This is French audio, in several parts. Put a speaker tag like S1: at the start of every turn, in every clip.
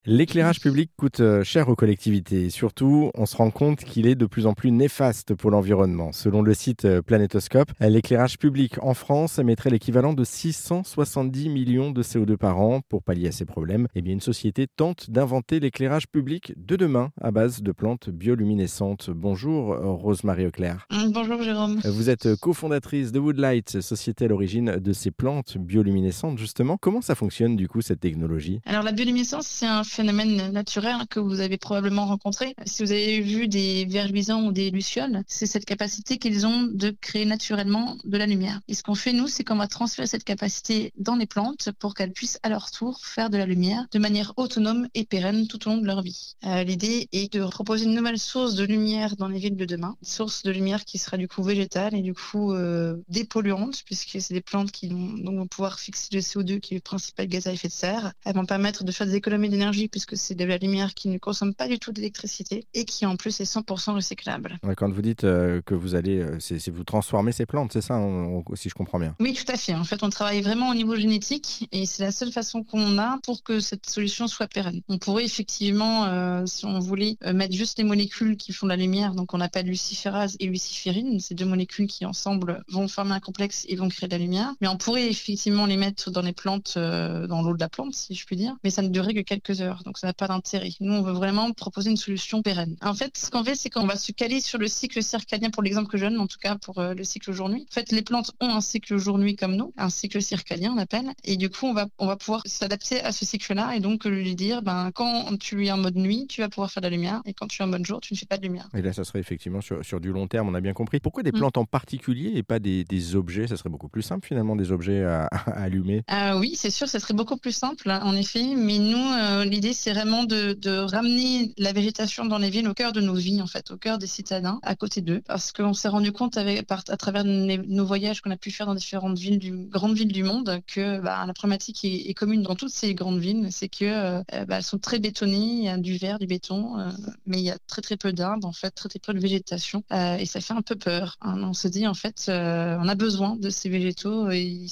S1: L'éclairage public coûte cher aux collectivités et surtout, on se rend compte qu'il est de plus en plus néfaste pour l'environnement. Selon le site Planétoscope, l'éclairage public en France émettrait l'équivalent de 670 millions de CO2 par an. Pour pallier à ces problèmes, une société tente d'inventer l'éclairage public de demain à base de plantes bioluminescentes. Bonjour Rose-Marie Auclair.
S2: Bonjour Jérôme.
S1: Vous êtes cofondatrice de Woodlight, société à l'origine de ces plantes bioluminescentes justement. Comment ça fonctionne du coup cette technologie ?
S2: Alors la bioluminescence, c'est un phénomène naturel que vous avez probablement rencontré. Si vous avez vu des vers luisants ou des lucioles, c'est cette capacité qu'ils ont de créer naturellement de la lumière. Et ce qu'on fait nous, c'est qu'on va transférer cette capacité dans les plantes pour qu'elles puissent à leur tour faire de la lumière de manière autonome et pérenne tout au long de leur vie. L'idée est de proposer une nouvelle source de lumière dans les villes de demain, une source de lumière qui sera du coup végétale et du coup dépolluante, puisque c'est des plantes qui vont pouvoir fixer le CO2 qui est le principal gaz à effet de serre. Elles vont permettre de faire des économies d'énergie puisque c'est de la lumière qui ne consomme pas du tout d'électricité et qui en plus est 100% recyclable.
S1: Ouais, quand vous dites que vous allez, c'est vous transformer ces plantes, c'est ça, si je comprends bien?
S2: Oui, tout à fait. En fait, on travaille vraiment au niveau génétique et c'est la seule façon qu'on a pour que cette solution soit pérenne. On pourrait effectivement, si on voulait, mettre juste les molécules qui font de la lumière, donc on appelle luciférase et luciférine, ces deux molécules qui ensemble vont former un complexe et vont créer de la lumière. Mais on pourrait effectivement les mettre dans les plantes, dans l'eau de la plante, si je puis dire, mais ça ne durerait que quelques heures, donc ça n'a pas d'intérêt. Nous, on veut vraiment proposer une solution pérenne. En fait, ce qu'on fait, c'est qu'on va se caler sur le cycle circadien, pour l'exemple que je donne, en tout cas pour le cycle jour-nuit. En fait, les plantes ont un cycle jour-nuit comme nous, un cycle circadien, on l'appelle, et du coup, on va pouvoir s'adapter à ce cycle-là et donc lui dire, quand tu es en mode nuit, tu vas pouvoir faire de la lumière, et quand tu es en mode jour, tu ne fais pas de lumière.
S1: Et là, ça serait effectivement sur du long terme, on a bien compris. Pourquoi des plantes en particulier et pas des objets? Ça serait beaucoup plus simple finalement, des objets à allumer.
S2: Oui, c'est sûr, ça serait beaucoup plus simple, hein, en effet. Mais nous, l'idée, c'est vraiment de ramener la végétation dans les villes au cœur de nos vies, en fait, au cœur des citadins, à côté d'eux. Parce qu'on s'est rendu compte à travers nos voyages qu'on a pu faire dans différentes grandes villes du monde, que la problématique est commune dans toutes ces grandes villes. C'est que elles sont très bétonnées, il y a du verre, du béton, mais il y a très très peu d'arbres, en fait, très très peu de végétation. Et ça fait un peu peur, hein. On se dit, en fait, on a besoin de ces végétaux.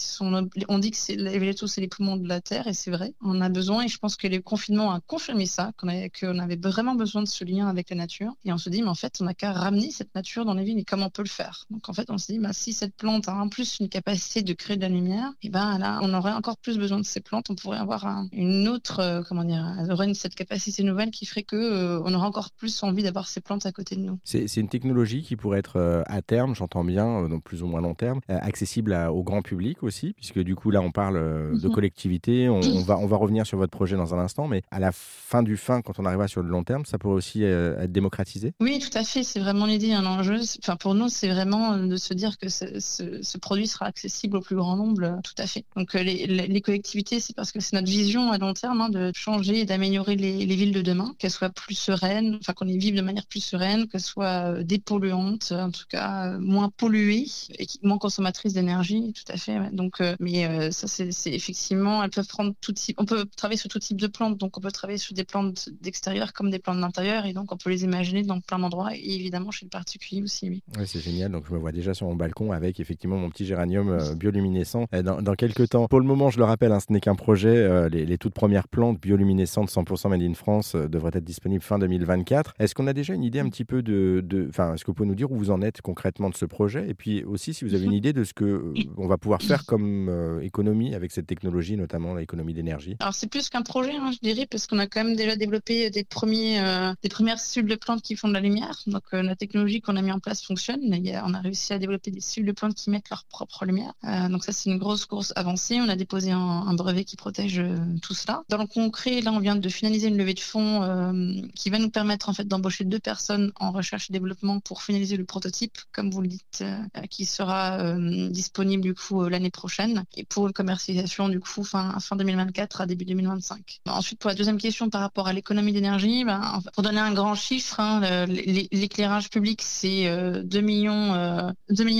S2: On dit que les végétaux, c'est les poumons de la terre, et c'est vrai. On a besoin, et je pense que le confinement a confirmé ça, qu'on avait vraiment besoin de ce lien avec la nature. Et on se dit, mais en fait, on n'a qu'à ramener cette nature dans les villes, et comment on peut le faire? Donc en fait, on se dit, si cette plante a en plus une capacité de créer de la lumière, et là, on aurait encore plus besoin de ces plantes. On pourrait avoir une autre, elles auraient cette capacité nouvelle qui ferait que on aurait encore plus envie d'avoir ces plantes à côté de nous.
S1: C'est une technologie qui pourrait être à terme, j'entends bien, donc plus ou moins long terme, accessible au grand public aussi, puisque du coup là on parle de collectivité, on va revenir sur votre projet dans un instant, mais à la fin, quand on arrivera sur le long terme, ça pourrait aussi être démocratisé?
S2: Oui, tout à fait, c'est vraiment l'idée, un enjeu. Enfin, pour nous, c'est vraiment de se dire que ce produit sera accessible au plus grand nombre, tout à fait. Donc les collectivités, c'est parce que c'est notre vision à long terme, hein, de changer et d'améliorer les villes de demain, qu'elles soient plus sereines, enfin qu'on y vive de manière plus sereine, qu'elles soient dépolluantes, en tout cas moins polluées et moins consommatrices d'énergie, tout à fait. Ouais. Donc, ça, c'est effectivement, elles peuvent prendre tout type. On peut travailler sur tout type de plantes, donc on peut travailler sur des plantes d'extérieur comme des plantes d'intérieur, et donc on peut les imaginer dans plein d'endroits, et évidemment chez le particulier aussi. Oui.
S1: Ouais, c'est génial, donc je me vois déjà sur mon balcon avec effectivement mon petit géranium bioluminescent dans quelques temps. Pour le moment, je le rappelle, ce n'est qu'un projet. Les toutes premières plantes bioluminescentes 100% made in France devraient être disponibles fin 2024. Est-ce qu'on a déjà une idée un petit peu est-ce que vous pouvez nous dire où vous en êtes concrètement de ce projet? Et puis aussi, si vous avez une idée de ce que on va pouvoir faire comme économie avec cette technologie, notamment l'économie d'énergie.
S2: Alors c'est plus qu'un projet, hein, je dirais, parce qu'on a quand même déjà développé des premières cellules de plantes qui font de la lumière. Donc la technologie qu'on a mis en place fonctionne. On a réussi à développer des cellules de plantes qui mettent leur propre lumière. Donc ça, c'est une grosse course avancée. On a déposé un brevet qui protège tout cela. Dans le concret, là, on vient de finaliser une levée de fonds qui va nous permettre en fait d'embaucher 2 personnes en recherche et développement pour finaliser le prototype, comme vous le dites, qui sera disponible du coup l'année prochaine, et pour une commercialisation du coup fin 2024 à début 2025. Ensuite, pour la deuxième question par rapport à l'économie d'énergie, pour donner un grand chiffre, l'éclairage public, c'est 2 milliards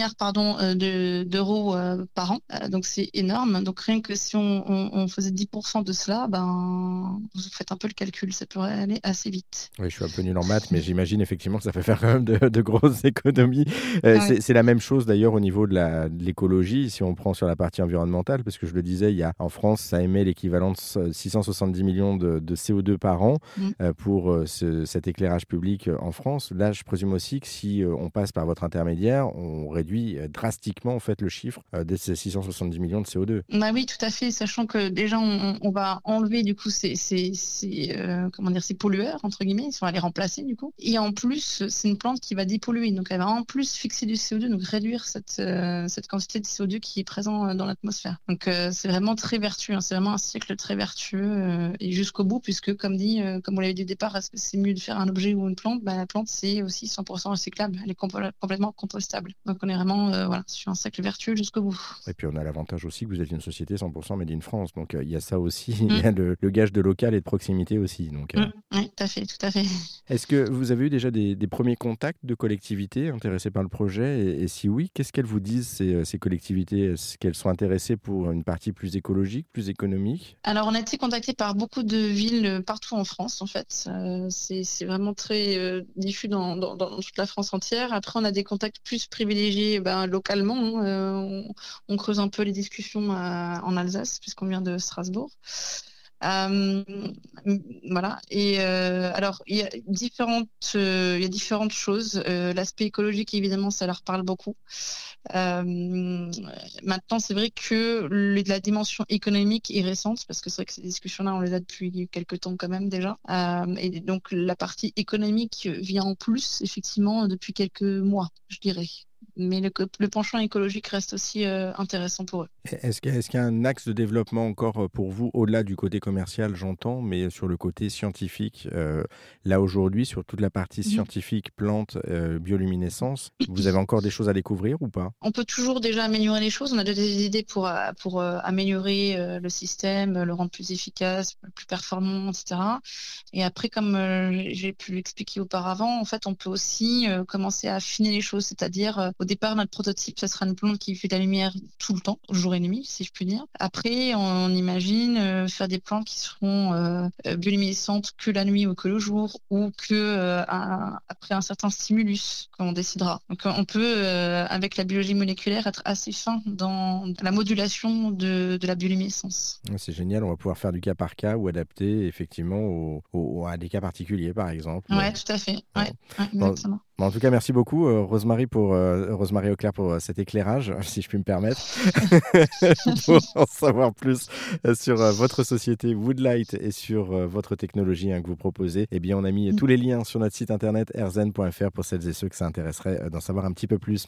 S2: d'euros par an. Donc c'est énorme. Donc rien que si on faisait 10% de cela, vous faites un peu le calcul, ça pourrait aller assez vite.
S1: Oui, je suis un peu nul en maths, mais j'imagine effectivement que ça fait faire quand même de grosses économies.
S2: Ouais.
S1: C'est la même chose d'ailleurs au niveau de l'écologie, si on prend sur la partie environnementale, parce que je le disais, en France, ça émet l'équivalent de 670 millions de CO2 par an
S2: Mmh.
S1: pour cet éclairage public en France. Là, je présume aussi que si on passe par votre intermédiaire, on réduit drastiquement en fait le chiffre de ces 670 millions de CO2.
S2: Bah oui, tout à fait, sachant que déjà on va enlever du coup comment dire, ces pollueurs entre guillemets, on va les remplacer du coup. Et en plus, c'est une plante qui va dépolluer, donc elle va en plus fixer du CO2, donc réduire cette quantité de CO2 qui est présent dans l'atmosphère. Donc c'est vraiment très vertueux, hein, c'est vraiment un cycle très vertueux et jusqu'au bout, puisque comme dit, comme vous l'avez dit au départ, est-ce que c'est mieux de faire un objet ou une plante? Bah, la plante c'est aussi 100% recyclable, elle est complètement compostable. Donc on est vraiment voilà, sur un cycle vertueux jusqu'au bout.
S1: Et puis on a l'avantage aussi que vous êtes une société 100% made in France. Donc il y a ça aussi, il y
S2: Mm.
S1: a le gage de local et de proximité aussi. Donc,
S2: Oui, tout à fait, tout à fait.
S1: est-ce que vous avez eu déjà des premiers contacts de collectivités intéressées par le projet et si oui, qu'est-ce qu'elles vous disent ces collectivités? Est-ce qu'elles sont intéressées pour une partie plus écologique, plus économique?
S2: Alors, on a été contacté par beaucoup de villes partout en France, en fait. C'est vraiment très diffus dans toute la France entière. Après, on a des contacts plus privilégiés localement, hein. On creuse un peu les discussions en Alsace, puisqu'on vient de Strasbourg. Euh, voilà. Et alors, il y a différentes choses. L'aspect écologique, évidemment, ça leur parle beaucoup. Maintenant, c'est vrai que la dimension économique est récente, parce que c'est vrai que ces discussions-là, on les a depuis quelques temps quand même déjà. Et donc, la partie économique vient en plus, effectivement, depuis quelques mois, je dirais. Mais le penchant écologique reste aussi intéressant pour eux.
S1: Est-ce qu'il y a un axe de développement encore pour vous, au-delà du côté commercial, j'entends, mais sur le côté scientifique, là aujourd'hui, sur toute la partie
S2: Mhm.
S1: scientifique, plantes, bioluminescence, vous avez encore des choses à découvrir ou pas?
S2: On peut toujours déjà améliorer les choses. On a déjà des idées pour améliorer le système, le rendre plus efficace, plus performant, etc. Et après, comme j'ai pu l'expliquer auparavant, en fait, on peut aussi commencer à affiner les choses. C'est-à-dire, au départ, notre prototype, ça sera une plante qui fait de la lumière tout le temps, jour et nuit, si je puis dire. Après, on imagine faire des plantes qui seront bioluminescentes que la nuit ou que le jour, ou que après un certain stimulus qu'on décidera. Donc, on peut, avec la biologie moléculaire, être assez fin dans la modulation de la bioluminescence.
S1: C'est génial, on va pouvoir faire du cas par cas ou adapter effectivement à des cas particuliers, par exemple.
S2: Ouais, tout à fait. Ouais, ouais,
S1: Bon,
S2: exactement.
S1: en tout cas, merci beaucoup, Rosemary Rosemary Auclair, pour cet éclairage, si je puis me permettre. Pour en savoir plus sur votre société Woodlight et sur votre technologie que vous proposez, eh bien, on a mis tous les liens sur notre site internet erzen.fr pour celles et ceux que ça intéresserait d'en savoir un petit peu plus.